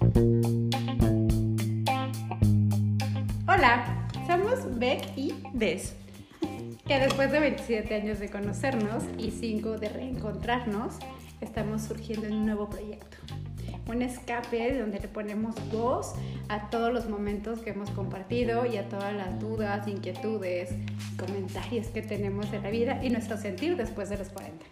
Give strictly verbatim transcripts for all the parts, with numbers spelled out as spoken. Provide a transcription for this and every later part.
Hola, somos Beck y Des. Que después de veintisiete años de conocernos y cinco de reencontrarnos, estamos surgiendo en un nuevo proyecto. Un escape donde le ponemos voz a todos los momentos que hemos compartido y a todas las dudas, inquietudes, comentarios que tenemos de la vida y nuestro sentir después de los cuarenta.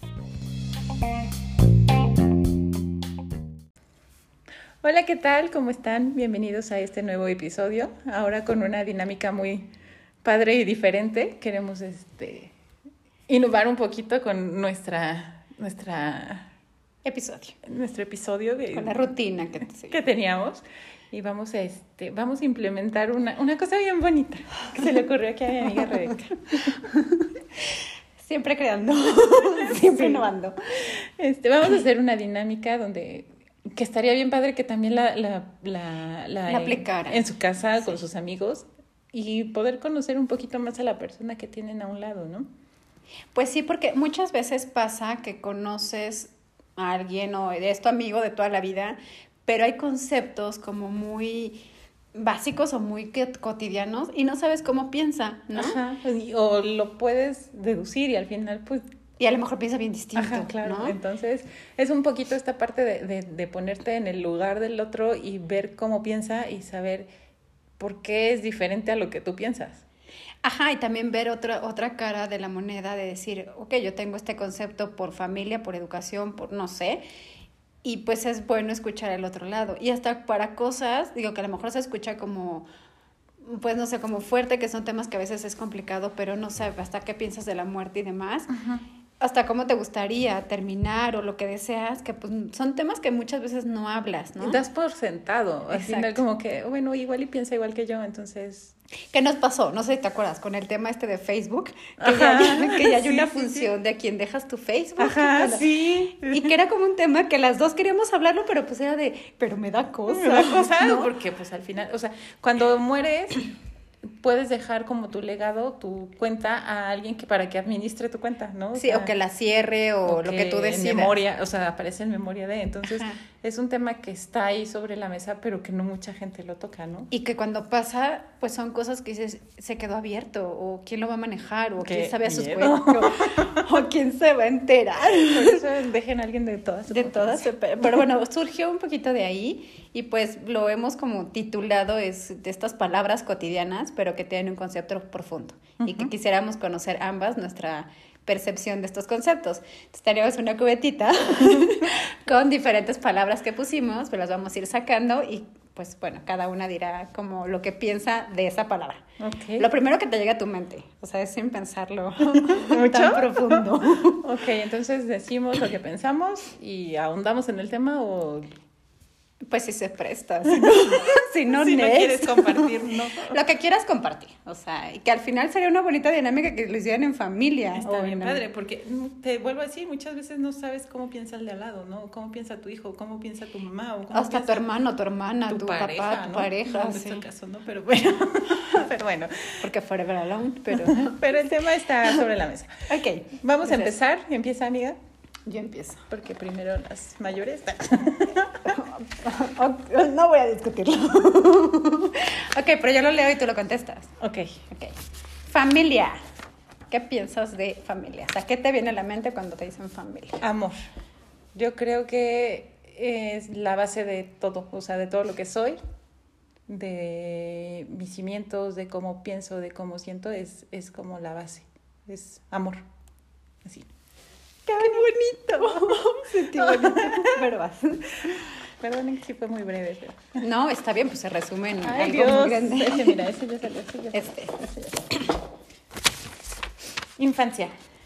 Hola, ¿qué tal? ¿Cómo están? Bienvenidos a este nuevo episodio. Ahora con una dinámica muy padre y diferente. Queremos este, innovar un poquito con nuestra, nuestra Episodio. nuestro episodio de, Con la rutina que, sí. que teníamos. Y vamos a, este, vamos a implementar una, una cosa bien bonita que se le ocurrió aquí a mi amiga Rebeca. Siempre creando, siempre Sí. innovando. Este, vamos a hacer una dinámica donde que estaría bien padre que también la, la, la, la, La aplicara. en su casa, Sí. con sus amigos, y poder conocer un poquito más a la persona que tienen a un lado, ¿no? Pues sí, porque muchas veces pasa que conoces a alguien o es tu amigo de toda la vida, pero hay conceptos como muy básicos o muy que- cotidianos y no sabes cómo piensa, ¿no? Ajá, y- o lo puedes deducir y al final, pues, Y a lo mejor piensa bien distinto, ajá, claro. ¿no? Entonces, es un poquito esta parte de, de, de ponerte en el lugar del otro y ver cómo piensa y saber por qué es diferente a lo que tú piensas. Ajá, y también ver otra, otra cara de la moneda de decir, ok, yo tengo este concepto por familia, por educación, por no sé, y pues es bueno escuchar el otro lado. Y hasta para cosas, digo que a lo mejor se escucha como, pues no sé, como fuerte, que son temas que a veces es complicado, pero no sé, hasta qué piensas de la muerte y demás. Ajá. Hasta cómo te gustaría terminar o lo que deseas, que pues son temas que muchas veces no hablas, ¿no? Y das por sentado, al Exacto. final como que, bueno, igual y piensa igual que yo, entonces... ¿Qué nos pasó? No sé si te acuerdas con el tema este de Facebook, que Ajá, ya, que ya hay sí, una sí, función de a quién dejas tu Facebook. Ajá, Cuando- sí. Y que era como un tema que las dos queríamos hablarlo, pero pues era de, pero me da cosa. Me da cosa, ¿no? porque pues al final, o sea, cuando mueres puedes dejar como tu legado, tu cuenta a alguien que para que administre tu cuenta, ¿no? O Sí, sea, o que la cierre o, o lo que tú en decidas. memoria, o sea, aparece en memoria de, entonces Ajá. es un tema que está ahí sobre la mesa, pero que no mucha gente lo toca, ¿no? Y que cuando pasa, pues son cosas que dices, se quedó abierto, o quién lo va a manejar, o Qué quién sabe a sus miedo. cuentos, o quién se va a enterar. Por eso dejen a alguien de todas. su De todas, confianza. pero bueno, surgió un poquito de ahí y pues lo hemos como titulado es de estas palabras cotidianas, pero que tienen un concepto profundo y que Ujú. quisiéramos conocer ambas nuestra percepción de estos conceptos. Entonces tenemos una cubetita con diferentes palabras que pusimos, pues las vamos a ir sacando y pues bueno, cada una dirá como lo que piensa de esa palabra. Ok. Lo primero que te llega a tu mente, o sea, es sin pensarlo ¿Mucho? tan profundo. Ok, entonces decimos lo que pensamos y ahondamos en el tema o... Pues si se presta, si no, si no, si no next. quieres compartir, no. Lo que quieras compartir, o sea, y que al final sería una bonita dinámica que lo hicieran en familia. Está o bien en- padre, porque mm, te vuelvo a decir, muchas veces no sabes cómo piensa el de al lado, ¿no? Cómo piensa tu hijo, cómo piensa tu mamá, o cómo Hasta tu piensa hermano, tu hermana, tu, tu pareja, papá, tu ¿no? pareja, No, en sí. este caso no, pero bueno, pero bueno, Porque forever alone, pero... pero el tema está sobre la mesa. Ok. Vamos a entonces, empezar, empieza amiga, Yo empiezo. porque primero las mayores. No voy a discutirlo. Ok, pero yo lo leo y tú lo contestas. Ok, Ok. Familia. ¿Qué piensas de familia? O sea, ¿qué te viene a la mente cuando te dicen familia? amor. Yo creo que es la base de todo, o sea, de todo lo que soy, de mis cimientos, de cómo pienso, de cómo siento, es, es como la base, es amor, así. ¡Qué bonito! Sentí bonito, pero vas. Perdonen que sí fue muy breve, pero... No, está bien, pues se resume en Ay, algo Dios, muy grande. ese, mira, ese ya salió, ese ya salió, Este. ese ya salió. Infancia.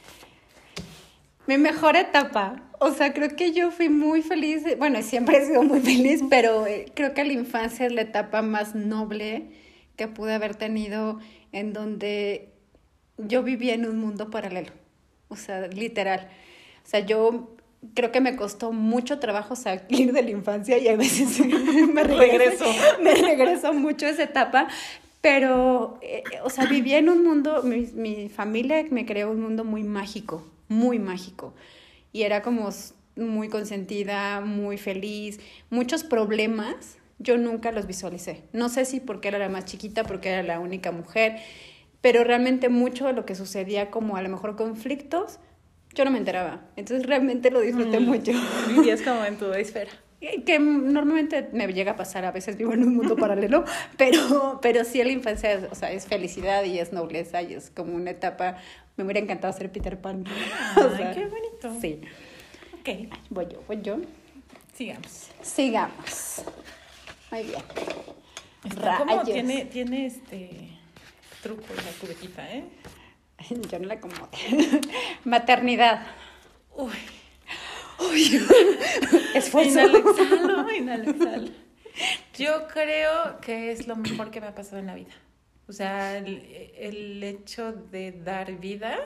Mi mejor etapa. O sea, creo que yo fui muy feliz. Bueno, siempre he sido muy feliz, pero eh, creo que la infancia es la etapa más noble que pude haber tenido, en donde yo vivía en un mundo paralelo. O sea, literal. O sea, yo creo que me costó mucho trabajo salir de la infancia y a veces me regreso, me regreso mucho a esa etapa. Pero, eh, o sea, vivía en un mundo, mi, mi familia me creó un mundo muy mágico, muy mágico. Y era como muy consentida, muy feliz, muchos problemas, yo nunca los visualicé. No sé si porque era la más chiquita, porque era la única mujer, pero realmente mucho de lo que sucedía, como a lo mejor conflictos, yo no me enteraba. Entonces realmente lo disfruté mm, mucho. Vivías como en tu esfera. Que normalmente me llega a pasar, a veces vivo en un mundo paralelo, pero, pero sí la infancia es, o sea, es felicidad y es nobleza y es como una etapa. Me hubiera encantado ser Peter Pan. Ay, o sea, qué bonito. Sí. Ok. Ay, voy yo, voy yo. Sigamos. Sigamos. Muy bien. Está como tiene, tiene este truco la cubetita, ¿eh? Yo no la acomodé. Maternidad. Uy. Uy. Esfuerzo. Inhala, exhalo, inhala, exhalo. Yo creo que es lo mejor que me ha pasado en la vida. O sea, el, el hecho de dar vida,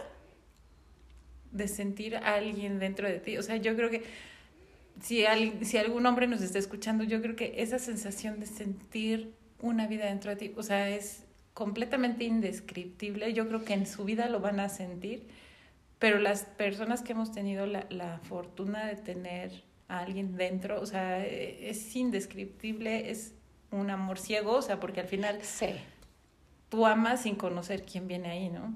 de sentir a alguien dentro de ti. O sea, yo creo que si, al, si algún hombre nos está escuchando, yo creo que esa sensación de sentir una vida dentro de ti, o sea, es completamente indescriptible. Yo creo que en su vida lo van a sentir, pero las personas que hemos tenido la, la fortuna de tener a alguien dentro, o sea, es indescriptible, es un amor ciego, o sea, porque al final sí. Tú amas sin conocer quién viene ahí, ¿no?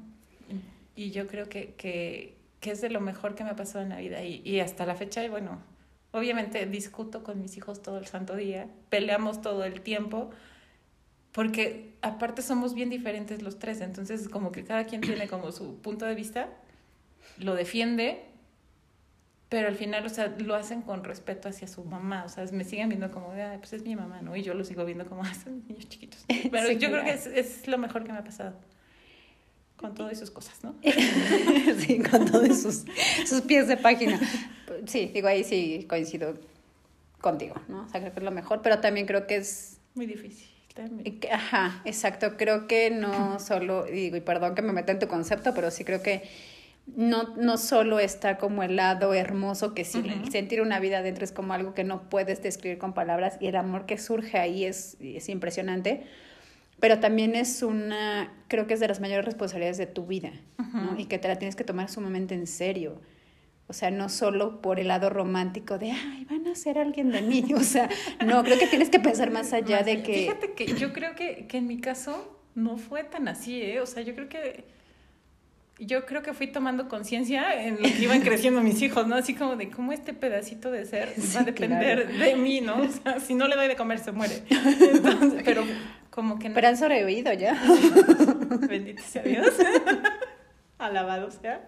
Y yo creo que, que, que es de lo mejor que me ha pasado en la vida. Y, y hasta la fecha, bueno, obviamente discuto con mis hijos todo el santo día, peleamos todo el tiempo, porque aparte somos bien diferentes los tres, entonces como que cada quien tiene como su punto de vista, lo defiende, pero al final, o sea, lo hacen con respeto hacia su mamá, o sea, me siguen viendo como, ah, pues es mi mamá, ¿no? Y yo lo sigo viendo como, ah, son niños chiquitos. Pero sí, yo claro. creo que es, es lo mejor que me ha pasado. Con todas sus cosas, ¿no? Sí, con todos sus, sus pies de página. Sí, digo, ahí sí coincido contigo, ¿no? O sea, creo que es lo mejor, pero también creo que es... muy difícil. También. Ajá, exacto. Creo que no solo, digo, y perdón que me meta en tu concepto, pero sí creo que no, no solo está como el lado hermoso, que sí, uh-huh. el sentir una vida adentro es como algo que no puedes describir con palabras, y el amor que surge ahí es, es impresionante, pero también es una, creo que es de las mayores responsabilidades de tu vida, uh-huh. ¿no? Y que te la tienes que tomar sumamente en serio. O sea, no solo por el lado romántico de, ay, van a ser alguien de mí. O sea, no, creo que tienes que pensar más allá más de allá. que... Fíjate que yo creo que, que en mi caso no fue tan así, ¿eh? O sea, yo creo que... Yo creo que fui tomando conciencia en lo que iban creciendo mis hijos, ¿no? Así como de cómo este pedacito de ser sí, va a depender claro. de mí, ¿no? O sea, si no le doy de comer, se muere. Entonces, pero como que no. Pero han sobrevivido ya. Bendito sea Dios. Alabado sea.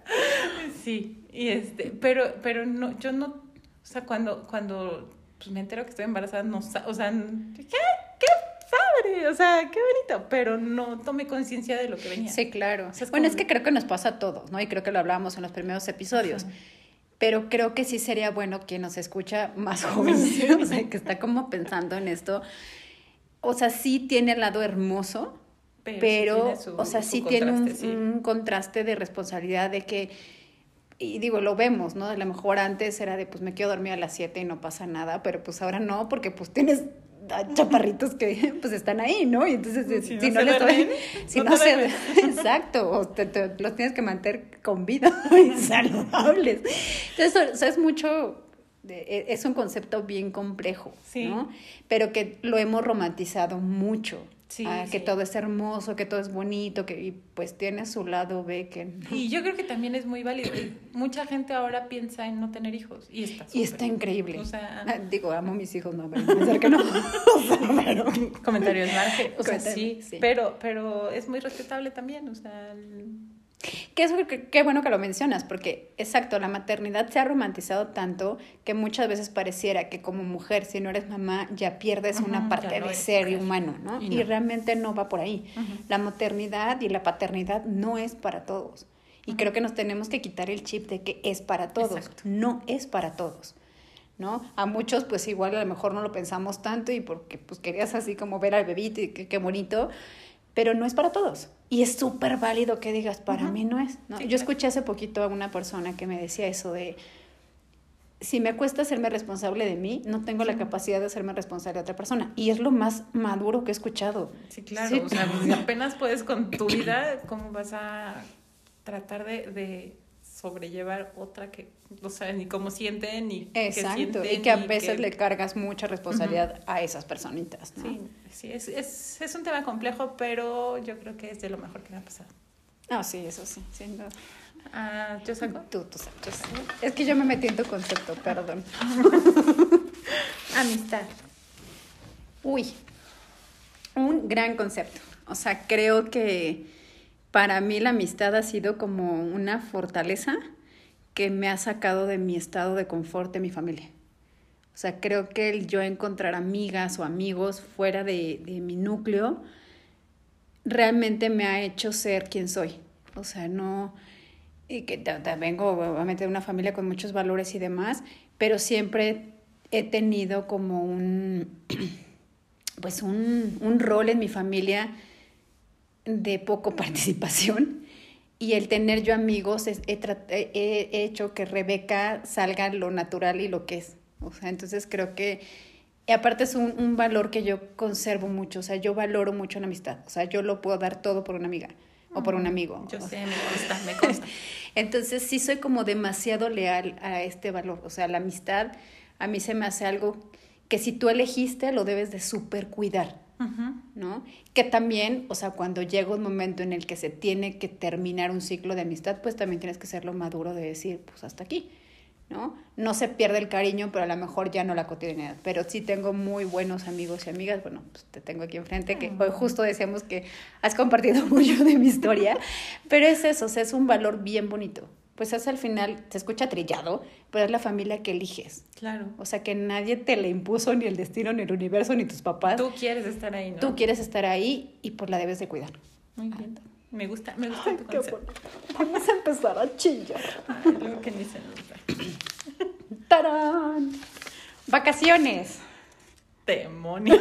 Sí, y este, pero, pero no, yo no, o sea, cuando, cuando pues me entero que estoy embarazada, no, o sea, ¿qué? ¿Qué? Padre, o sea, qué bonito, pero no tomé conciencia de lo que venía. Sí, claro. O sea, es bueno, como... es que creo que nos pasa a todos, ¿no? Y creo que lo hablábamos en los primeros episodios. Ajá. Pero creo que sí sería bueno quien nos escucha más joven, ¿sí? O sea, que está como pensando en esto. O sea, sí tiene el lado hermoso, pero, pero sí su, o sea, sí tiene un, sí. un contraste de responsabilidad de que, y digo, lo vemos, ¿no? A lo mejor antes era de, pues me quedo dormida a las siete y no pasa nada, pero pues ahora no, porque pues tienes chaparritos que pues están ahí, ¿no? Y entonces si, si no, no les doy, si no, no se exacto, o te, te, los tienes que mantener con vida y saludables. Entonces, o sea, es mucho, es un concepto bien complejo, sí. ¿no? Pero que lo hemos romantizado mucho. Sí, ah, que sí. todo es hermoso, que todo es bonito, que y pues tiene su lado B que no. Y yo creo que también es muy válido. Mucha gente ahora piensa en no tener hijos y está y está increíble. O sea, ah, digo, amo a mis hijos, no, pero pensar que no. O sea, pero... comentarios margen. O sea, sí, sí. Pero, pero es muy respetable también, o sea... El... Qué, qué bueno que lo mencionas, porque, exacto, la maternidad se ha romantizado tanto que muchas veces pareciera que como mujer, si no eres mamá, ya pierdes uh-huh, una parte no de ser mujer. humano, ¿no? Y, no. y realmente no va por ahí. Uh-huh. La maternidad y la paternidad no es para todos. Y uh-huh. creo que nos tenemos que quitar el chip de que es para todos. Exacto. No es para todos, ¿no? A muchos, pues igual a lo mejor no lo pensamos tanto y porque pues querías así como ver al bebito y qué, qué bonito, pero no es para todos. Y es súper válido que digas, para uh-huh. mí no es, ¿no? Sí, yo escuché hace poquito a una persona que me decía eso de, si me cuesta hacerme responsable de mí, no tengo sí. la capacidad de hacerme responsable de otra persona. Y es lo más maduro que he escuchado. Sí, claro. Sí. O sea, si apenas puedes con tu vida, ¿cómo vas a tratar de, de sobrellevar otra que no saben ni cómo sienten ni Exacto, qué sienten. Y que a y veces que... le cargas mucha responsabilidad uh-huh. a esas personitas, ¿no? Sí, sí es, es, es un tema complejo, pero yo creo que es de lo mejor que me ha pasado. Ah, sí, eso sí, sin duda. Ah, ¿yo saco? Tú, tú sacas. Yo saco. Es que yo me metí en tu concepto, perdón. Amistad. Uy, un gran concepto. O sea, creo que para mí la amistad ha sido como una fortaleza que me ha sacado de mi estado de confort de mi familia. O sea, creo que el yo encontrar amigas o amigos fuera de, de mi núcleo realmente me ha hecho ser quien soy. O sea, no... Y que te, te vengo obviamente de una familia con muchos valores y demás, pero siempre he tenido como un... pues un, un rol en mi familia de poco participación. Y el tener yo amigos, he, he, he hecho que Rebeca salga lo natural y lo que es. O sea, entonces creo que, y aparte es un, un valor que yo conservo mucho. O sea, yo valoro mucho la amistad. O sea, yo lo puedo dar todo por una amiga o por un amigo. Yo o sé, sea. me consta, me consta. Entonces sí soy como demasiado leal a este valor. O sea, la amistad a mí se me hace algo que si tú elegiste lo debes de súper cuidar. Uh-huh. ¿No? Que también, o sea, cuando llega un momento en el que se tiene que terminar un ciclo de amistad, pues también tienes que ser lo maduro de decir, pues hasta aquí, ¿no? No se pierde el cariño, pero a lo mejor ya no la cotidianidad. Pero sí tengo muy buenos amigos y amigas. Bueno, pues te tengo aquí enfrente, que hoy justo decíamos que has compartido mucho de mi historia, pero es eso, o sea, es un valor bien bonito. Pues es al final, se escucha trillado, pero es la familia que eliges. Claro. O sea, que nadie te la impuso, ni el destino, ni el universo, ni tus papás. Tú quieres estar ahí, ¿no? Tú quieres estar ahí y pues la debes de cuidar. Muy bien. Me gusta, me gusta Ay, tu qué concepto. bueno. Vamos a empezar a chillar. Ay, luego que ni se nota. ¡Tarán! Vacaciones. Demonio.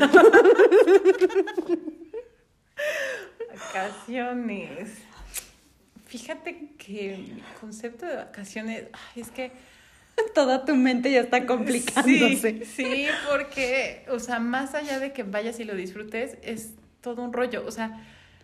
Vacaciones. Fíjate que mi concepto de vacaciones, ay, es que toda tu mente ya está complicándose. Sí, sí, porque, o sea, más allá de que vayas y lo disfrutes, es todo un rollo, o sea,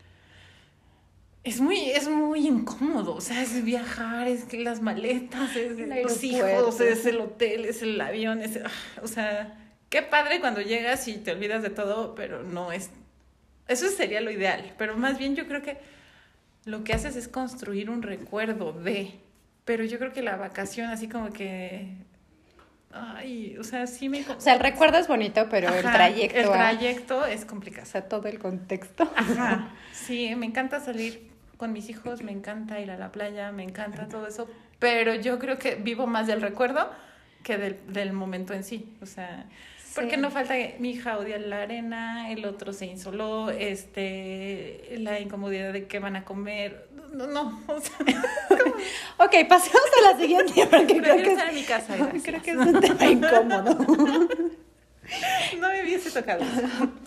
es muy, es muy incómodo, o sea, es viajar, es que las maletas, es los hijos, es el hotel, es el avión, es, o sea, qué padre cuando llegas y te olvidas de todo, pero no es, eso sería lo ideal, pero más bien yo creo que lo que haces es construir un recuerdo de, pero yo creo que la vacación así como que, ay, o sea, sí me... O sea, el recuerdo es bonito, pero Ajá, el trayecto... El trayecto a... es complicado. O sea, todo el contexto. Ajá, sí, me encanta salir con mis hijos, me encanta ir a la playa, me encanta todo eso, pero yo creo que vivo más del recuerdo que del, del momento en sí, o sea... Sí. Porque no falta que mi hija odia la arena, el otro se insoló, este, la incomodidad de qué van a comer, no, no, o sea, ok, pasemos a la siguiente, porque creo que estar es, en mi casa, gracias. Creo que es un tema incómodo. No me hubiese tocado eso.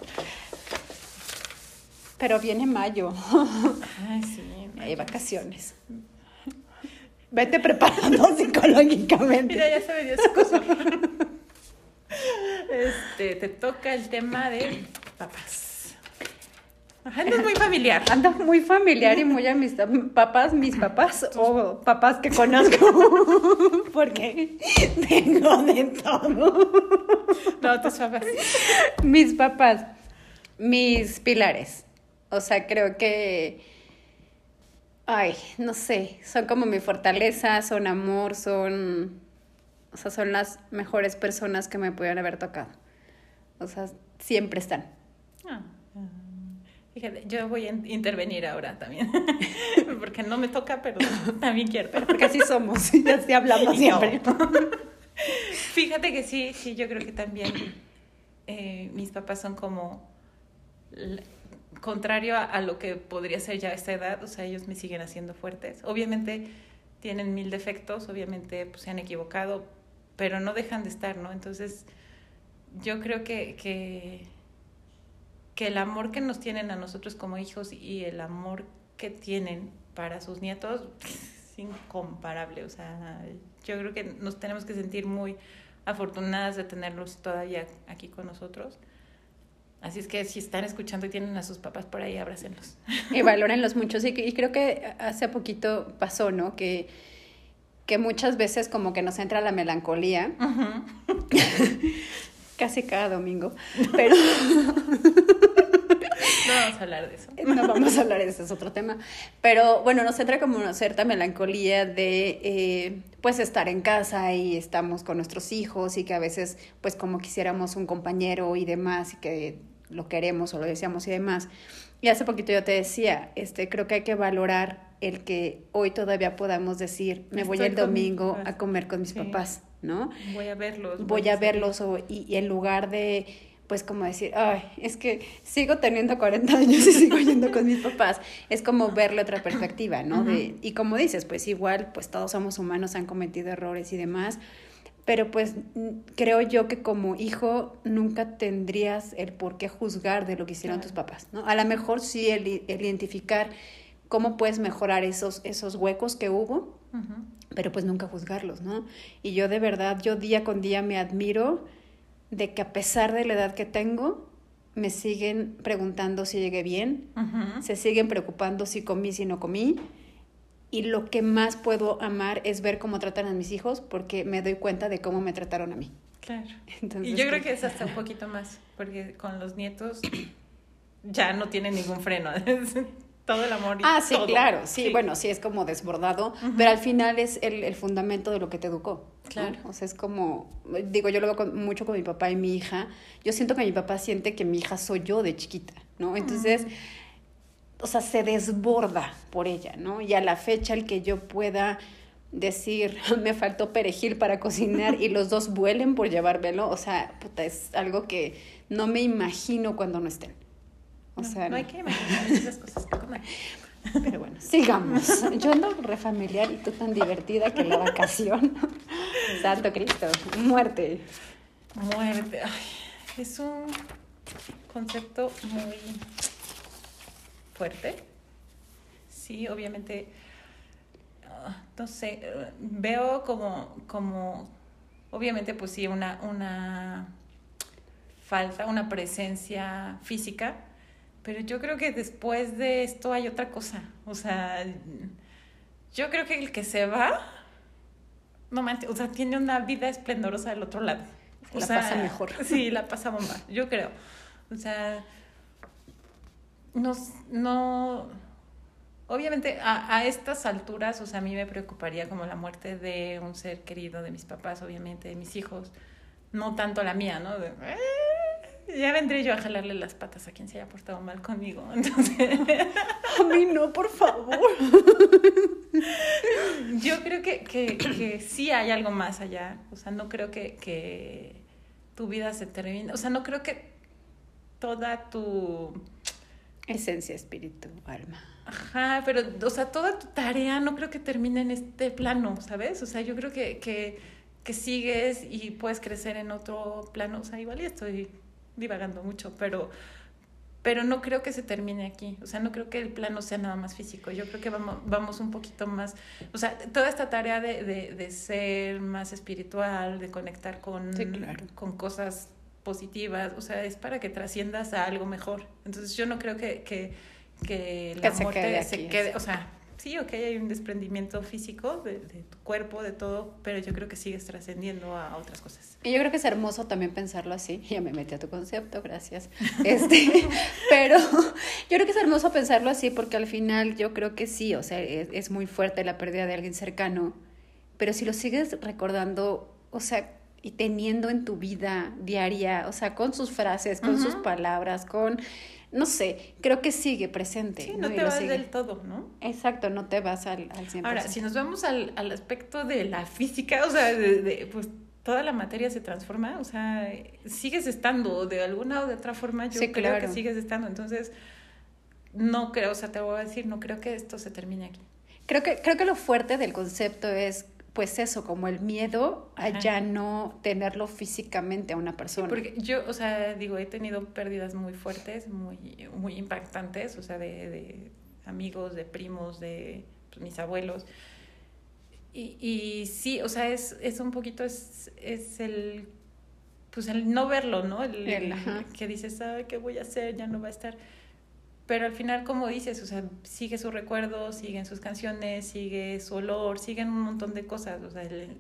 Pero viene mayo. Ay, sí. Hay vacaciones. Vete preparando psicológicamente. Mira, ya se me dio ese coso. Este, te toca el tema de papás. Andas muy familiar. Anda muy familiar y muy amistad. Papás, mis papás o papás que conozco. Porque tengo de todo. No, tus papás. Mis papás, mis pilares. O sea, creo que, ay, no sé, son como mi fortaleza, son amor, son, o sea, son las mejores personas que me pudieran haber tocado. O sea, siempre están. Ah, fíjate, yo voy a intervenir ahora también, porque no me toca, pero también quiero. Pero porque así somos, y así hablamos siempre. No. Fíjate que sí, sí, yo creo que también eh, mis papás son como... contrario a, a lo que podría ser ya a esta edad, o sea, ellos me siguen haciendo fuertes. Obviamente tienen mil defectos, obviamente pues, se han equivocado, pero no dejan de estar, ¿no? Entonces, yo creo que, que, que el amor que nos tienen a nosotros como hijos y el amor que tienen para sus nietos es incomparable. O sea, yo creo que nos tenemos que sentir muy afortunadas de tenerlos todavía aquí con nosotros. Así es que si están escuchando y tienen a sus papás por ahí, abrácenlos. Y valórenlos mucho. Sí, y creo que hace poquito pasó, ¿no? Que que muchas veces como que nos entra la melancolía, uh-huh. Casi cada domingo, pero... No vamos a hablar de eso. No vamos a hablar de eso, es otro tema. Pero bueno, nos entra como una cierta melancolía de eh, pues estar en casa y estamos con nuestros hijos y que a veces pues como quisiéramos un compañero y demás y que lo queremos o lo deseamos y demás. Y hace poquito yo te decía, este, creo que hay que valorar el que hoy todavía podamos decir, me Estoy voy el domingo a comer con mis sí. papás, ¿no? Voy a verlos. Voy, voy a verlos o, y, y en lugar de... pues como decir, ay, es que sigo teniendo cuarenta años y sigo yendo con mis papás. Es como verle otra perspectiva, ¿no? Uh-huh. De, y como dices, pues igual, pues todos somos humanos, han cometido errores y demás, pero pues creo yo que como hijo nunca tendrías el por qué juzgar de lo que hicieron claro. tus papás, ¿no? A lo mejor sí el, el identificar cómo puedes mejorar esos, esos huecos que hubo, uh-huh. pero pues nunca juzgarlos, ¿no? Y yo de verdad, yo día con día me admiro de que a pesar de la edad que tengo, me siguen preguntando si llegué bien, uh-huh. se siguen preocupando si comí, si no comí, y lo que más puedo amar es ver cómo tratan a mis hijos, porque me doy cuenta de cómo me trataron a mí. Claro. Entonces, y yo creo que es hasta un poquito más, porque con los nietos ya no tienen ningún freno. Todo el amor y Ah, sí, todo. claro, sí, sí, bueno, sí es como desbordado, uh-huh. pero al final es el, el fundamento de lo que te educó. Claro. ¿No? O sea, es como, digo, yo lo veo con, mucho con mi papá y mi hija, yo siento que mi papá siente que mi hija soy yo de chiquita, ¿no? Entonces, uh-huh. o sea, se desborda por ella, ¿no? Y a la fecha el que yo pueda decir, me faltó perejil para cocinar y los dos vuelen por llevármelo, o sea, puta, es algo que no me imagino cuando no estén. O no, sea, no hay que imaginar esas cosas que comen. Pero bueno, sigamos. Yo ando re familiar y tú tan divertida que la vacación. Santo Cristo. Muerte. Muerte. Ay, es un concepto muy fuerte. Sí, obviamente, uh, no sé, uh, veo como, como, obviamente, pues sí, una, una falta, una presencia física. Pero yo creo que después de esto hay otra cosa. O sea, yo creo que el que se va, no manches, o sea, tiene una vida esplendorosa del otro lado. O la sea, pasa mejor. Sí, la pasa bomba, yo creo. O sea, no, no, obviamente a, a estas alturas, o sea, a mí me preocuparía como la muerte de un ser querido, de mis papás, obviamente, de mis hijos, no tanto la mía, ¿no? De, eh, ya vendré yo a jalarle las patas a quien se haya portado mal conmigo. Entonces, a mí no, por favor. Yo creo que, que, que sí hay algo más allá. O sea, no creo que, que tu vida se termine. O sea, no creo que toda tu esencia, espíritu, alma. Ajá, pero, o sea, toda tu tarea no creo que termine en este plano, ¿sabes? O sea, yo creo que, que, que sigues y puedes crecer en otro plano. O sea, igual ya estoy divagando mucho, pero, pero no creo que se termine aquí. O sea, no creo que el plano sea nada más físico. Yo creo que vamos, vamos un poquito más... O sea, toda esta tarea de, de, de ser más espiritual, de conectar con, sí, claro. con cosas positivas, o sea, es para que trasciendas a algo mejor. Entonces, yo no creo que, que, que la que muerte se quede, se aquí, quede... O sea, sí, ok, hay un desprendimiento físico de, de tu cuerpo, de todo, pero yo creo que sigues trascendiendo a, a otras cosas. Y yo creo que es hermoso también pensarlo así. Ya me metí a tu concepto, gracias. Este, pero yo creo que es hermoso pensarlo así porque al final yo creo que sí, o sea, es, es muy fuerte la pérdida de alguien cercano, pero si lo sigues recordando, o sea, y teniendo en tu vida diaria, o sea, con sus frases, con uh-huh. sus palabras, con... no sé, creo que sigue presente. Sí, no, no te vas del todo, ¿no? Exacto, no te vas al, al cien por ciento. Ahora, si nos vamos al, al aspecto de la física, o sea, de, de, pues toda la materia se transforma, o sea, sigues estando, de alguna o de otra forma, yo sí, creo claro. que sigues estando. Entonces, no creo, o sea, te voy a decir, no creo que esto se termine aquí. Creo que, creo que lo fuerte del concepto es... pues eso, como el miedo a Ajá. ya no tenerlo físicamente a una persona. Sí, porque yo, o sea, digo, he tenido pérdidas muy fuertes, muy, muy impactantes, o sea, de, de amigos, de primos, de pues, mis abuelos. Y, y sí, o sea, es, es un poquito, es, es el, pues el no verlo, ¿no? El, el, el que dices, ay, ¿qué voy a hacer? Ya no va a estar. pero al final, como dices, o sea, sigue sus recuerdos, siguen sus canciones, sigue su olor, siguen un montón de cosas. O sea, el,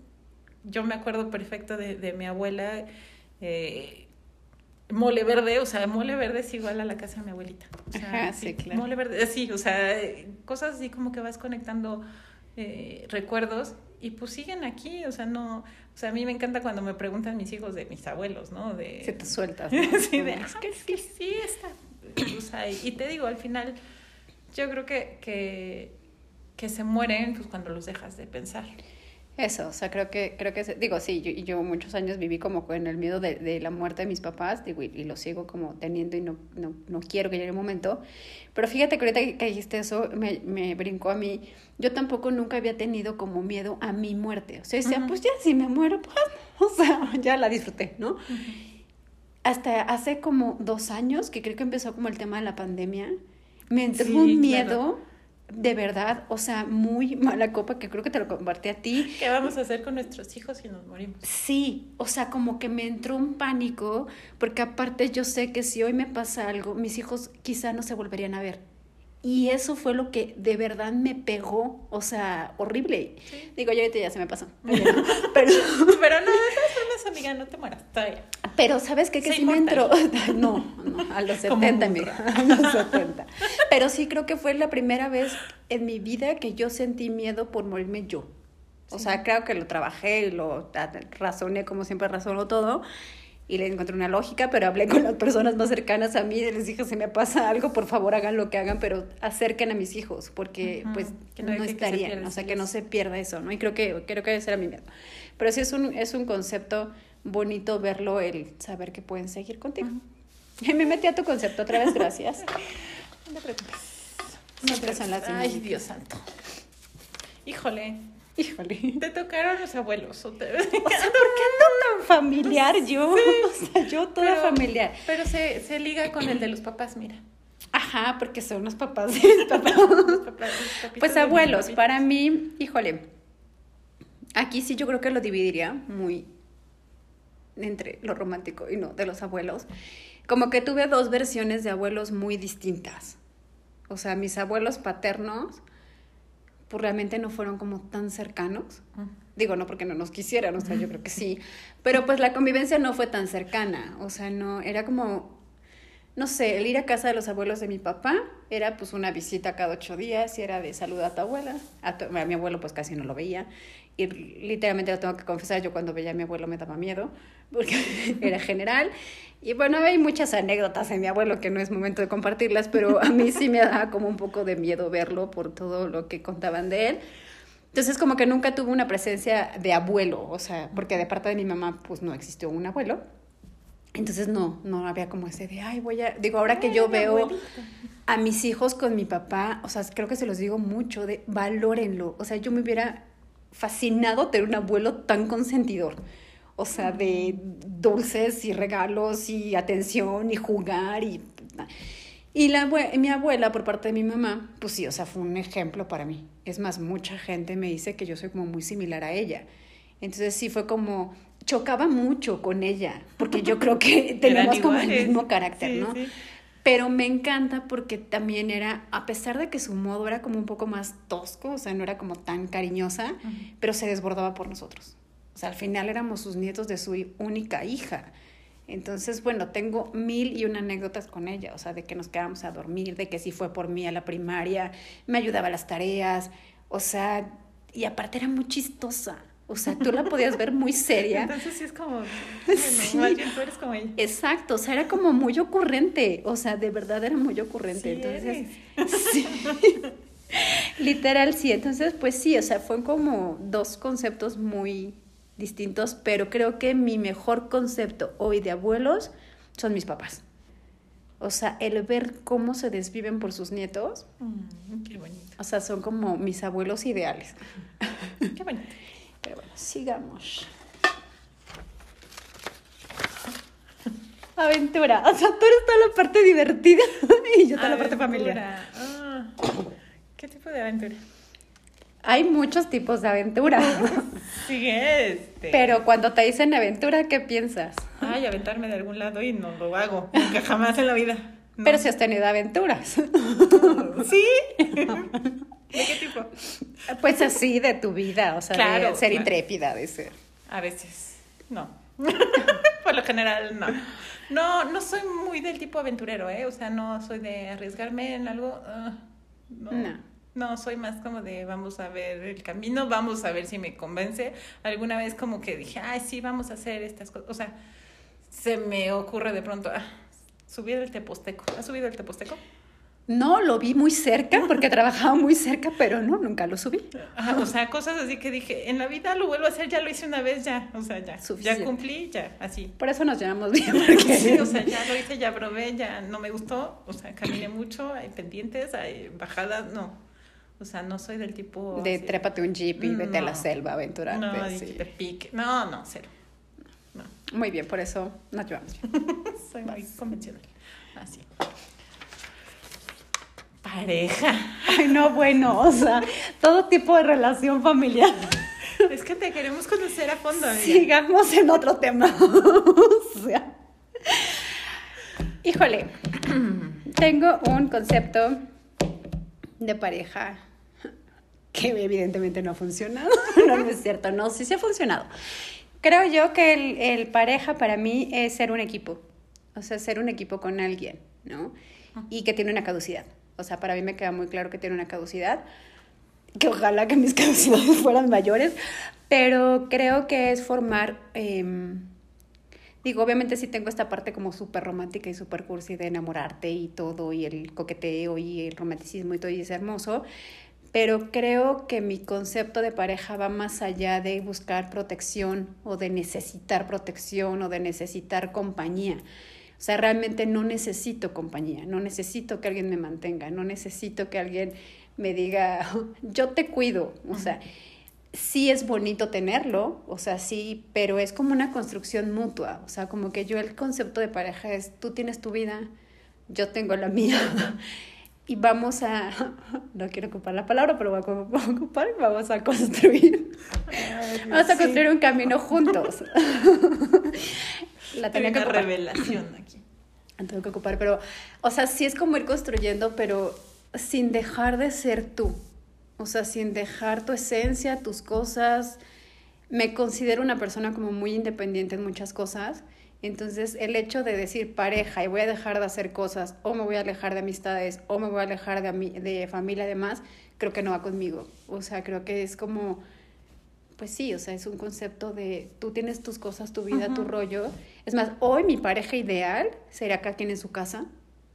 yo me acuerdo perfecto de, de mi abuela, eh, mole verde, o sea, mole verde es igual a la casa de mi abuelita. O sea, ajá, sí, claro. Mole verde, sí, o sea, cosas así como que vas conectando eh, recuerdos y pues siguen aquí, o sea, no, o sea, a mí me encanta cuando me preguntan mis hijos de mis abuelos, ¿no? De, se te sueltas, ¿no? sí, de, ah, es que sí, está, o sea, y te digo, al final, yo creo que, que, que se mueren pues cuando los dejas de pensar. Eso, o sea, creo que, creo que, digo, sí, yo, yo muchos años viví como con el miedo de, de la muerte de mis papás, digo, y, y lo sigo como teniendo y no, no, no quiero que llegue el momento, pero fíjate que ahorita que dijiste eso, me, me brincó a mí, yo tampoco nunca había tenido como miedo a mi muerte, o sea, decía, uh-huh. pues ya, si me muero, pues, o sea, ya la disfruté, ¿no? Uh-huh. Hasta hace como dos años, que creo que empezó como el tema de la pandemia, me entró sí, un miedo... Claro. De verdad, o sea, muy mala copa, que creo que te lo compartí a ti. ¿Qué vamos a hacer con nuestros hijos si nos morimos? Sí, o sea, como que me entró un pánico, porque aparte yo sé que si hoy me pasa algo, mis hijos quizá no se volverían a ver. Y eso fue lo que de verdad me pegó, o sea, horrible. Sí. Digo, yo ahorita ya se me pasó. Pero, pero, pero no, de todas formas, amiga, no te mueras, todavía. Pero, ¿sabes qué? Que sí, sí me entró. No, no, a los setenta, amiga, a los setenta. Pero sí creo que fue la primera vez en mi vida que yo sentí miedo por morirme yo. O sí. sea, creo que lo trabajé y lo razoné como siempre razono todo. Y le encontré una lógica, pero hablé con las personas más cercanas a mí y les dije, si me pasa algo, por favor hagan lo que hagan, pero acerquen a mis hijos, porque uh-huh. pues que no, no estarían, pierda, o sea, que no se pierda eso, ¿no? Y creo que creo que ese era mi miedo. Pero sí es un, es un concepto bonito verlo, el saber que pueden seguir contigo. Uh-huh. Y me metí a tu concepto otra vez, gracias. No te preocupes. Siempre son las Ay, Dios santo. Híjole. Híjole. Te tocaron los abuelos. O, te... o sea, ¿por qué ando tan familiar yo? Sí. O sea, yo toda pero, familiar. Pero se, se liga con el de los papás, mira. Ajá, porque son los papás de mis papás. Los papás los pues abuelos, para mí, híjole, aquí sí yo creo que lo dividiría muy entre lo romántico y no, de los abuelos. Como que tuve dos versiones de abuelos muy distintas. O sea, mis abuelos paternos pues realmente no fueron como tan cercanos. Uh-huh. Digo, no porque no nos quisieran, o sea, yo creo que sí. Pero pues la convivencia no fue tan cercana. O sea, no, era como, no sé, el ir a casa de los abuelos de mi papá era pues una visita cada ocho días y era de saludar a tu abuela. A, tu, a mi abuelo pues casi no lo veía. Y literalmente lo tengo que confesar, yo cuando veía a mi abuelo me daba miedo, porque era general. Y bueno, hay muchas anécdotas de mi abuelo que no es momento de compartirlas, pero a mí sí me daba como un poco de miedo verlo por todo lo que contaban de él. Entonces como que nunca tuve una presencia de abuelo, o sea, porque de parte de mi mamá pues no existió un abuelo. Entonces no, no había como ese de, ay, voy a... Digo, ahora que yo veo a mis hijos con mi papá, o sea, creo que se los digo mucho, de valórenlo. O sea, yo me hubiera fascinado tener un abuelo tan consentidor. O sea, de dulces y regalos y atención y jugar y... Y la, mi abuela, por parte de mi mamá, pues sí, o sea, fue un ejemplo para mí. Es más, mucha gente me dice que yo soy como muy similar a ella. Entonces sí fue como... Chocaba mucho con ella, porque yo creo que tenemos como el mismo carácter, sí, ¿no? Sí. Pero me encanta porque también era, a pesar de que su modo era como un poco más tosco, o sea, no era como tan cariñosa, uh-huh. pero se desbordaba por nosotros. O sea, al final éramos sus nietos de su única hija. Entonces, bueno, tengo mil y una anécdotas con ella, o sea, de que nos quedábamos a dormir, de que sí fue por mí a la primaria, me ayudaba a las tareas, o sea, y aparte era muy chistosa. O sea, tú la podías ver muy seria. Entonces sí es como, bueno, sí. Más bien tú eres como ella. Exacto, o sea, era como muy ocurrente. O sea, de verdad era muy ocurrente. Sí, entonces, sí. Literal, sí. Entonces, pues sí, o sea, fue como dos conceptos muy distintos, pero creo que mi mejor concepto hoy de abuelos son mis papás. O sea, el ver cómo se desviven por sus nietos. Mm, qué bonito. O sea, son como mis abuelos ideales. Qué bonito. Pero bueno, sigamos. Aventura. O sea, tú eres toda la parte divertida y yo toda la parte familiar. Ah, ¿qué tipo de aventura? Hay muchos tipos de aventura. Sí, este. Pero cuando te dicen aventura, ¿qué piensas? Ay, aventarme de algún lado y no lo hago. Nunca jamás en la vida. No. Pero si has tenido aventuras. ¿Sí? ¿De qué tipo? Pues así, de tu vida, o sea, Claro, de ser claro. intrépida, de ser. A veces, no. Por lo general, no. No, no soy muy del tipo aventurero, ¿eh? O sea, no soy de arriesgarme en algo. Uh, no. No. No, soy más como de vamos a ver el camino, vamos a ver si me convence. Alguna vez como que dije, ay, sí, vamos a hacer estas cosas. O sea, se me ocurre de pronto, ah, subir el Teposteco. ¿Has subido el Teposteco? No, lo vi muy cerca porque trabajaba muy cerca, pero no, nunca lo subí. Ajá, o sea, cosas así que dije, en la vida lo vuelvo a hacer, ya lo hice una vez, ya, o sea, ya, Suficiente. ya cumplí, ya, así. Por eso nos llevamos bien, porque Sí, o sea, ya lo hice, ya probé, ya no me gustó, o sea, caminé mucho, hay pendientes, hay bajadas, no, o sea, no soy del tipo... de así, trépate un jeep y vete a la no, selva a aventurarte. No, sí. de pique, no, no, cero, no, Muy bien, por eso nos llevamos bien. soy muy convencional, así. Pareja. Ay, no, bueno, o sea, todo tipo de relación familiar. Es que te queremos conocer a fondo, amiga. Sigamos en otro tema. O sea, híjole, tengo un concepto de pareja que evidentemente no ha funcionado. No, no es cierto, no, sí, sí ha funcionado. Creo yo que el, el pareja para mí es ser un equipo, o sea, ser un equipo con alguien, ¿no? Y que tiene una caducidad. O sea, para mí me queda muy claro que tiene una caducidad, que ojalá que mis caducidades fueran mayores, pero creo que es formar, eh, digo, obviamente sí tengo esta parte como súper romántica y súper cursi de enamorarte y todo, y el coqueteo y el romanticismo y todo, y es hermoso, pero creo que mi concepto de pareja va más allá de buscar protección o de necesitar protección o de necesitar compañía. O sea, realmente no necesito compañía, no necesito que alguien me mantenga, no necesito que alguien me diga, yo te cuido. O sea, sí es bonito tenerlo, o sea, sí, pero es como una construcción mutua. O sea, como que yo el concepto de pareja es, tú tienes tu vida, yo tengo la mía. Y vamos a, no quiero ocupar la palabra, pero voy a ocupar, vamos a construir, Ay, vamos a construir sí. un camino juntos. La tenía que ocupar. Revelación aquí. La tengo que ocupar, pero, o sea, sí es como ir construyendo, pero sin dejar de ser tú. O sea, sin dejar tu esencia, tus cosas. Me considero una persona como muy independiente en muchas cosas. Entonces, el hecho de decir pareja y voy a dejar de hacer cosas, o me voy a alejar de amistades, o me voy a alejar de, ami- de familia y demás, creo que no va conmigo. O sea, creo que es como, pues sí, o sea, es un concepto de tú tienes tus cosas, tu vida, uh-huh. tu rollo. Es más, hoy mi pareja ideal sería cada quien en su casa.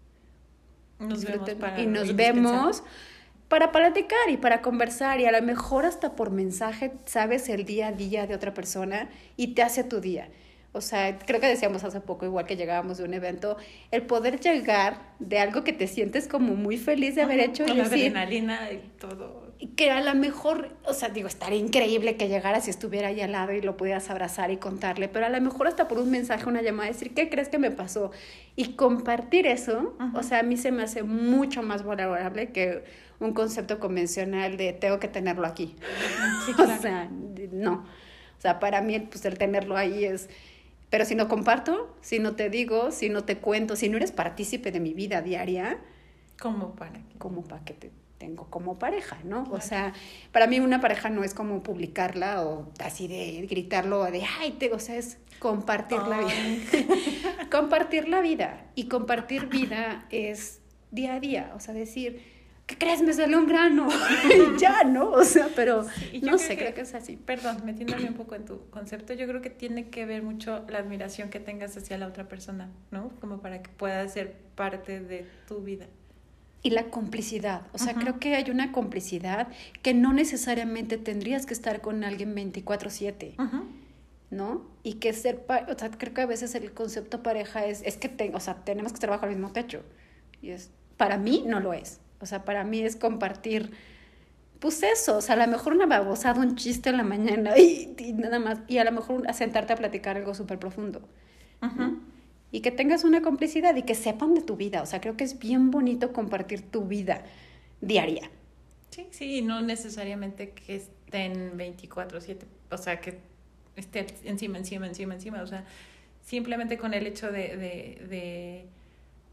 Nos vemos para y nos vemos para platicar y para conversar, y a lo mejor hasta por mensaje sabes el día a día de otra persona y te hace tu día. O sea, creo que decíamos hace poco, igual que llegábamos de un evento, el poder llegar de algo que te sientes como muy feliz de haber hecho. Con y la decir, adrenalina y todo. Que a lo mejor, o sea, digo, estaría increíble que llegaras y estuviera ahí al lado y lo pudieras abrazar y contarle, pero a lo mejor hasta por un mensaje, una llamada, decir, ¿qué crees que me pasó? Y compartir eso, uh-huh. o sea, a mí se me hace mucho más valorable que un concepto convencional de tengo que tenerlo aquí. Sí, claro. O sea, no. O sea, para mí, pues, el tenerlo ahí es... Pero si no comparto, si no te digo, si no te cuento, si no eres partícipe de mi vida diaria... ¿Cómo para qué? Como para que te tengo como pareja, ¿no? Claro. O sea, para mí una pareja no es como publicarla o así de gritarlo de, ay, te... O sea, es compartir oh. la vida. Compartir la vida. Y compartir vida es día a día. O sea, decir... ¿Qué crees? Me salió un grano. Ya, ¿no? O sea, pero sí, no sé, creo que, creo que es así. Perdón, metiéndome un poco en tu concepto, yo creo que tiene que ver mucho la admiración que tengas hacia la otra persona, ¿no? Como para que pueda ser parte de tu vida. Y la complicidad. O sea, uh-huh. creo que hay una complicidad que no necesariamente tendrías que estar con alguien veinticuatro siete, uh-huh. ¿no? Y que ser... Pa- o sea, creo que a veces el concepto pareja es, es que te, o sea, tenemos que estar bajo el mismo techo. Y es, para mí no lo es. O sea, para mí es compartir, pues eso, o sea, a lo mejor una babosada, un chiste en la mañana y, y nada más, y a lo mejor a sentarte a platicar algo súper profundo. Uh-huh. ¿no? Y que tengas una complicidad y que sepan de tu vida. O sea, creo que es bien bonito compartir tu vida diaria. Sí, sí, no necesariamente que estén veinticuatro siete, o sea, que esté encima, encima, encima, encima. O sea, simplemente con el hecho de... de, de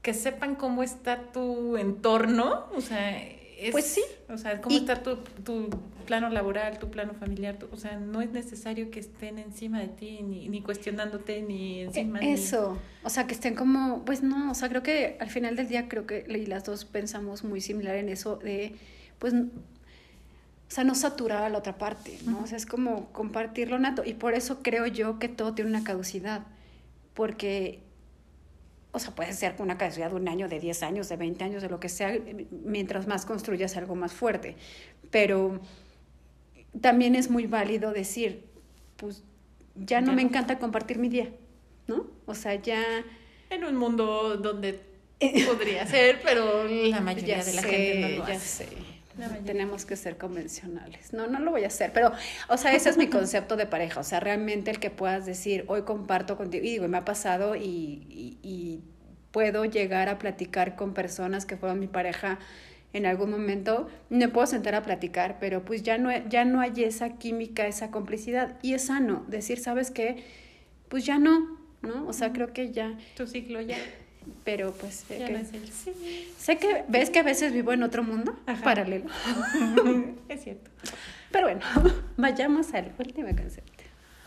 que sepan cómo está tu entorno, o sea, es, pues sí. O sea, cómo y, está tu, tu plano laboral, tu plano familiar, tu, o sea, no es necesario que estén encima de ti, ni, ni cuestionándote, ni encima de... Eso, ni... o sea, que estén como, pues no, o sea, creo que al final del día creo que y las dos pensamos muy similar en eso de, pues, o sea, no saturar a la otra parte, ¿no? Uh-huh. O sea, es como compartir lo nato, y por eso creo yo que todo tiene una caducidad, porque... O sea, puede ser una caducidad de un año, de diez años, de veinte años, de lo que sea, mientras más construyas algo más fuerte. Pero también es muy válido decir, pues ya no ya me no. encanta compartir mi día, ¿no? O sea, ya... En un mundo donde podría ser, pero la mayoría de la sé, gente no lo ya hace. Sé. Tenemos que ser convencionales. No, no lo voy a hacer, pero, o sea, ese es mi concepto de pareja. O sea, realmente el que puedas decir, hoy comparto contigo, y digo, me ha pasado y, y, y puedo llegar a platicar con personas que fueron mi pareja en algún momento, me puedo sentar a platicar, pero pues ya no, ya no hay esa química, esa complicidad, y es sano decir, ¿sabes qué? Pues ya no, ¿no? O sea, creo que ya... Tu ciclo ya... Pero pues sé ya que, no es el sí. sé que ves que a veces vivo en otro mundo. Ajá. Paralelo. Es cierto. Pero bueno, vayamos al último concepto.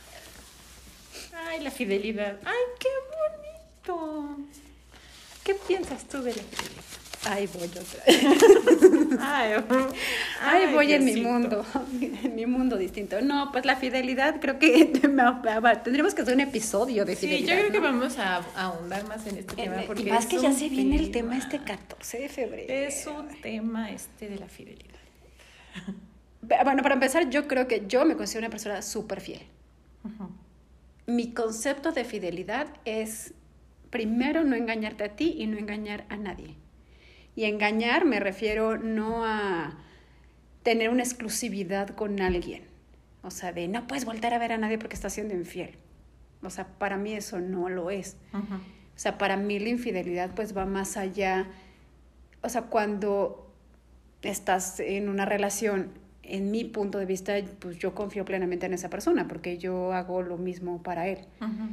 Ay, la fidelidad. Ay, qué bonito. ¿Qué piensas tú de la fidelidad? Ay, voy otra. Ay, ay, ay, voy en mi mundo, en mi mundo distinto. No, pues la fidelidad, creo que tendríamos que hacer un episodio de fidelidad. Sí, yo creo ¿no? que vamos a, a ahondar más en este tema. Porque y más que ya se viene tema, el tema este catorce de febrero. Es un tema este de la fidelidad. Bueno, para empezar, yo creo que yo me considero una persona súper fiel. Uh-huh. Mi concepto de fidelidad es, primero, no engañarte a ti y no engañar a nadie. Y engañar me refiero no a tener una exclusividad con alguien. O sea, de no puedes volver a ver a nadie porque estás siendo infiel. O sea, para mí eso no lo es. Uh-huh. O sea, para mí la infidelidad pues va más allá. O sea, cuando estás en una relación, en mi punto de vista, pues yo confío plenamente en esa persona porque yo hago lo mismo para él. Uh-huh.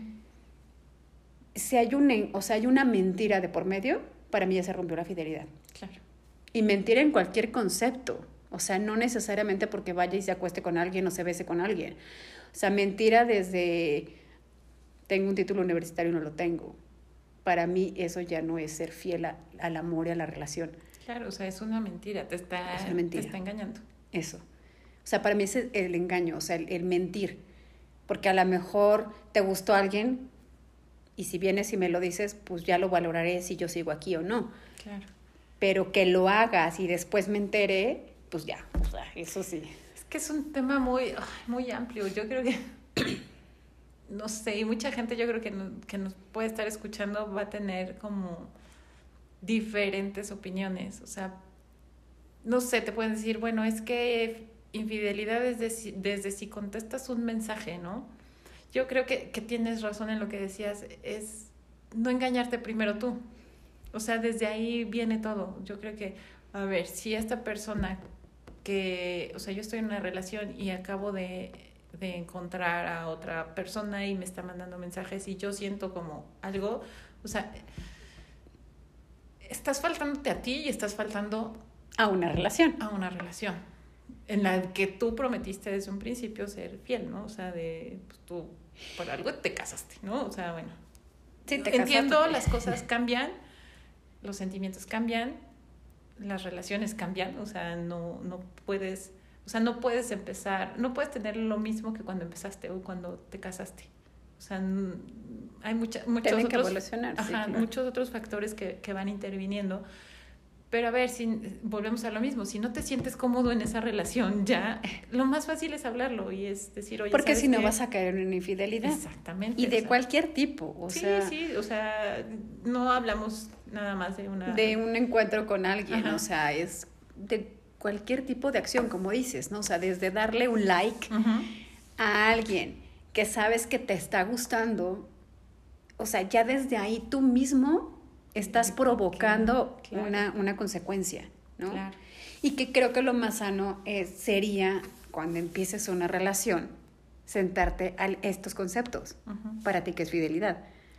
Si hay una, o sea, hay una mentira de por medio, para mí ya se rompió la fidelidad. Claro. Y mentir en cualquier concepto. O sea, no necesariamente porque vaya y se acueste con alguien o se bese con alguien. O sea, mentira desde tengo un título universitario y no lo tengo. Para mí eso ya no es ser fiel a, al amor y a la relación. Claro, o sea, es una mentira. Te está, es una mentira. Te está engañando. Eso. O sea, para mí es el engaño, o sea, el, el mentir. Porque a lo mejor te gustó alguien... Y si vienes y me lo dices, pues ya lo valoraré si yo sigo aquí o no. Claro. Pero que lo hagas y después me entere, pues ya, o sea, eso sí. Es que es un tema muy, muy amplio. Yo creo que, no sé, y mucha gente yo creo que, no, que nos puede estar escuchando va a tener como diferentes opiniones. O sea, no sé, te pueden decir, bueno, es que infidelidad es desde, desde si contestas un mensaje, ¿no? Yo creo que, que tienes razón en lo que decías, es no engañarte primero tú. O sea, desde ahí viene todo. Yo creo que, a ver, si esta persona que, o sea, yo estoy en una relación y acabo de, de encontrar a otra persona y me está mandando mensajes y yo siento como algo, o sea, estás faltándote a ti y estás faltando a una relación. A una relación. En la que tú prometiste desde un principio ser fiel, ¿no? O sea, de pues, tú por algo te casaste, ¿no? O sea, bueno. Sí, te entiendo, casaste. Las cosas cambian, los sentimientos cambian, las relaciones cambian, o sea, no, no puedes, o sea, no puedes empezar, no puedes tener lo mismo que cuando empezaste o cuando te casaste. O sea, hay mucha, muchos Tienen otros, que evolucionar, ajá, sí, claro. muchos otros factores que, que van interviniendo. Pero a ver, si volvemos a lo mismo, si no te sientes cómodo en esa relación ya, lo más fácil es hablarlo y es decir, oye, porque si no qué? vas a caer en una infidelidad. Exactamente. Y de o sea, cualquier tipo, o sí, sea. Sí, sí, o sea, no hablamos nada más de una... De un encuentro con alguien, Ajá. O sea, es de cualquier tipo de acción, como dices, ¿no? O sea, desde darle un like uh-huh. a alguien que sabes que te está gustando, o sea, ya desde ahí tú mismo estás provocando claro. una, una consecuencia, ¿no? Claro. Y que creo que lo más sano es, sería, cuando empieces una relación, sentarte a estos conceptos. Uh-huh. Para ti, ¿qué es fidelidad?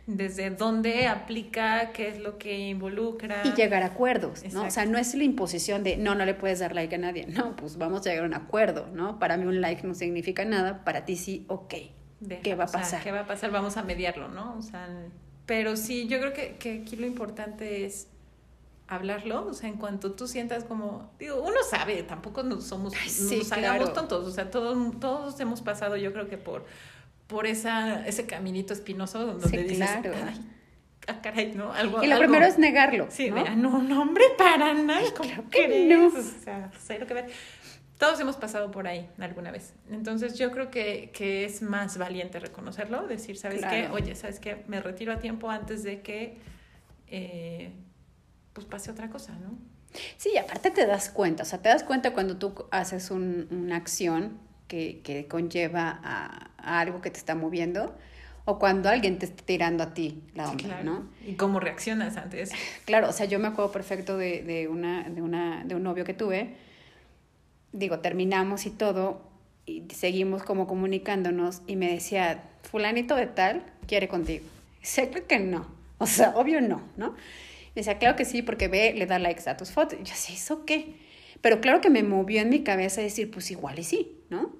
desde dónde aplica, qué es lo que involucra. Y llegar a acuerdos, Exacto. ¿no? O sea, no es la imposición de, no, no le puedes dar like a nadie. No, pues vamos a llegar a un acuerdo, ¿no? Para mí un like no significa nada, para ti sí, ok. Deja, ¿Qué va a o sea, pasar? ¿Qué va a pasar? Vamos a mediarlo, ¿no? O sea, pero sí, yo creo que, que aquí lo importante es hablarlo, o sea, en cuanto tú sientas como, digo, uno sabe, tampoco nos somos, Ay, sí, nos hagamos claro. tontos, o sea, todos, todos hemos pasado, yo creo que por, por esa, ese caminito espinoso donde Sí, dices, claro. ay, ah, caray, ¿no? Algo, Y lo algo, primero es negarlo, sí, ¿no? de, ah, no, no, hombre, para nada, ¿cómo claro que crees? no. O sea, cero que ver. Todos hemos pasado por ahí alguna vez. Entonces yo creo que, que es más valiente reconocerlo, decir, ¿sabes Claro. qué? Oye, ¿sabes qué? Me retiro a tiempo antes de que eh, pues pase otra cosa, ¿no? Sí, y aparte te das cuenta, o sea, te das cuenta cuando tú haces un, una acción que, que conlleva a, a algo que te está moviendo o cuando alguien te está tirando a ti la onda, Claro. ¿no? ¿Y cómo reaccionas ante eso? Claro, o sea, yo me acuerdo perfecto de, de, una, de, una, de un novio que tuve. Digo, terminamos y todo, y seguimos como comunicándonos, y me decía, fulanito de tal quiere contigo. Y decía, creo que no, o sea, obvio no, ¿no? Y decía, claro que sí, porque ve, le da likes a tus fotos. Y yo, ¿sí, eso qué? Pero claro que me movió en mi cabeza decir, pues igual y sí, ¿no?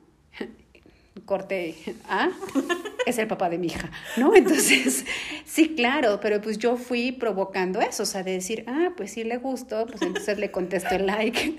Corte, ah, es el papá de mi hija, ¿no? Entonces, sí, claro, pero pues yo fui provocando eso, o sea, de decir, ah, pues sí le gustó, pues entonces le contesto el like.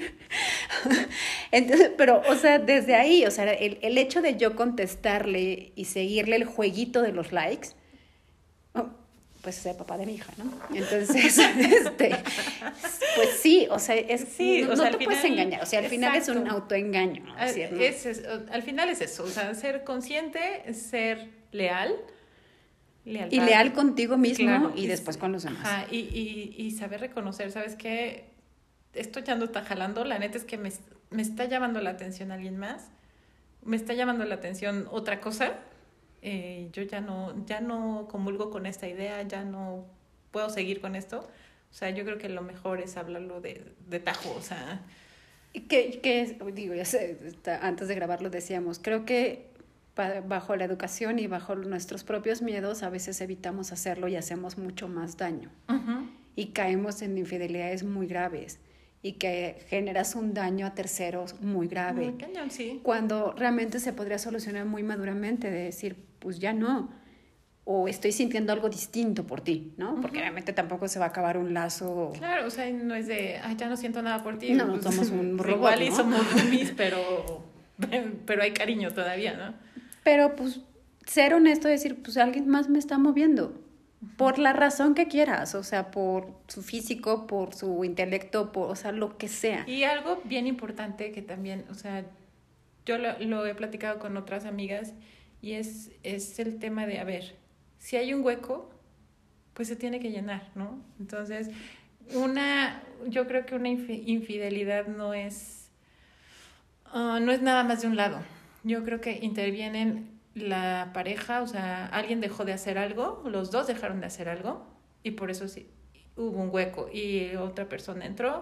Entonces, pero, o sea, desde ahí, o sea, el, el hecho de yo contestarle y seguirle el jueguito de los likes, oh, pues es el papá de mi hija, ¿no? Entonces, este, pues sí, o sea, es, Sí, no, o sea, no al te puedes final- engañar, o sea, al final es un exacto. autoengaño, ¿no? Ah, Es decir, ¿no? es- es- al final es eso, o sea, ser consciente, ser leal. Lealtad. Y leal contigo mismo Claro, y después con los demás. Ajá, y, y, y saber reconocer, ¿sabes qué? Esto ya no está jalando, la neta es que me, me está llamando la atención alguien más, me está llamando la atención otra cosa, eh, yo ya no, ya no comulgo con esta idea, ya no puedo seguir con esto, o sea, yo creo que lo mejor es hablarlo de, de tajo, o sea... Que, que digo, ya sé, está, antes de grabarlo decíamos, creo que pa, bajo la educación y bajo nuestros propios miedos a veces evitamos hacerlo y hacemos mucho más daño. Uh-huh. Y caemos en infidelidades muy graves y que generas un daño a terceros muy grave. Muy cañón, sí. Cuando realmente se podría solucionar muy maduramente de decir, pues ya no, o estoy sintiendo algo distinto por ti, ¿no? Porque Ujú. realmente tampoco se va a acabar un lazo. Claro, o sea, no es de, ay, ya no siento nada por ti. No, no somos un robot, Igual y ¿no? somos roomies, pero, pero hay cariño todavía, ¿no? Pero pues ser honesto y decir, pues alguien más me está moviendo. Por la razón que quieras, o sea, por su físico, por su intelecto, por, o sea, lo que sea. Y algo bien importante que también, o sea, yo lo, lo he platicado con otras amigas y es, es el tema de, a ver, si hay un hueco, pues se tiene que llenar, ¿no? Entonces, una, yo creo que una infi- infidelidad no es, uh, no es nada más de un lado. Yo creo que intervienen la pareja, o sea, alguien dejó de hacer algo, los dos dejaron de hacer algo y por eso sí hubo un hueco y otra persona entró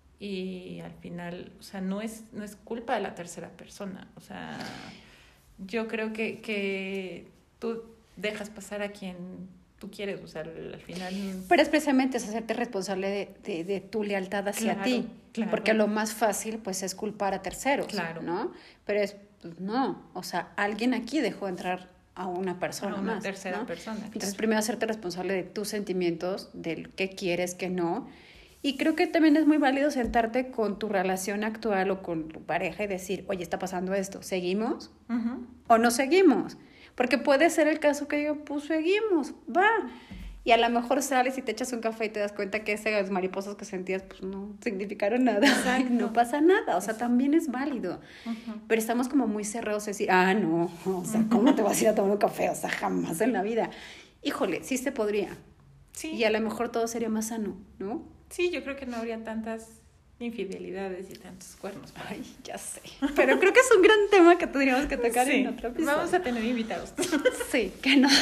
y al final, o sea, no es, no es culpa de la tercera persona, o sea, yo creo que, que tú dejas pasar a quien tú quieres, o sea, al final... Pero es precisamente es hacerte responsable de, de, de tu lealtad hacia Claro, ti. claro. Porque lo más fácil, pues, es culpar a terceros, Claro. ¿no? Pero es, pues, no. O sea, alguien aquí dejó entrar a una persona A una más, tercera ¿no? persona, claro. Entonces, primero hacerte responsable de tus sentimientos, de qué quieres, qué no. Y creo que también es muy válido sentarte con tu relación actual o con tu pareja y decir, oye, está pasando esto, ¿seguimos Uh-huh. o no seguimos? Porque puede ser el caso que digo, pues seguimos, va. Y a lo mejor sales y te echas un café y te das cuenta que esas mariposas que sentías, pues no significaron nada. Exacto. No pasa nada, o sea, también es válido. Uh-huh. Pero estamos como muy cerrados a decir, ah, no, o sea, ¿cómo te vas a ir a tomar un café? O sea, jamás en la vida. Híjole, sí se podría. Sí. Y a lo mejor todo sería más sano, ¿no? Sí, yo creo que no habría tantas infidelidades y tantos cuernos. por ahí. Ay, ya sé. Pero creo que es un gran tema que tendríamos que tocar Sí, en otro episodio. vamos a tener invitados. Sí, que no.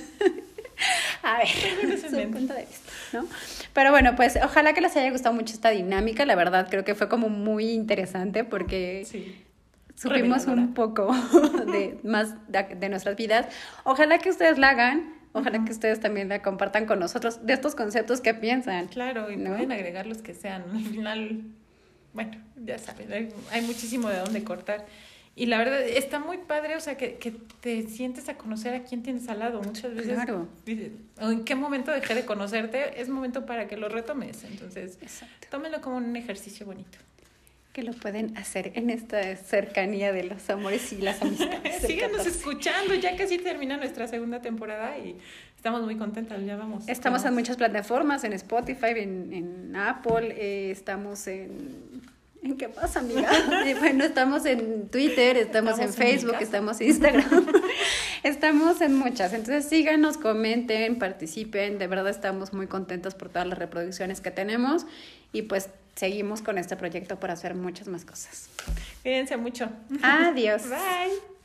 A ver, Tenemos en su mente. punto de vista, ¿no? Pero bueno, pues ojalá que les haya gustado mucho esta dinámica. La verdad, creo que fue como muy interesante porque Sí. supimos Reveladora. un poco de más de, de nuestras vidas. Ojalá que ustedes la hagan. Ojalá uh-huh. que ustedes también la compartan con nosotros de estos conceptos que piensan. Claro, y ¿no? pueden agregar los que sean. Al final, bueno, ya saben, hay, hay muchísimo de dónde cortar. Y la verdad, está muy padre, o sea, que, que te sientes a conocer a quién tienes al lado. Muchas veces claro. dices, ¿en qué momento dejé de conocerte? Es momento para que lo retomes. Entonces, exacto. Tómenlo como un ejercicio bonito. Que lo pueden hacer en esta cercanía de los amores y las amistades. Síganos escuchando, ya casi termina nuestra segunda temporada y estamos muy contentas, ya vamos. Estamos vamos. en muchas plataformas, en Spotify, en, en Apple, eh, estamos en... ¿En qué pasa, amiga? Y bueno, estamos en Twitter, estamos, estamos en Facebook, en estamos en Instagram, estamos en muchas. Entonces síganos, comenten, participen. De verdad estamos muy contentos por todas las reproducciones que tenemos y pues seguimos con este proyecto para hacer muchas más cosas. Cuídense mucho. Adiós. Bye.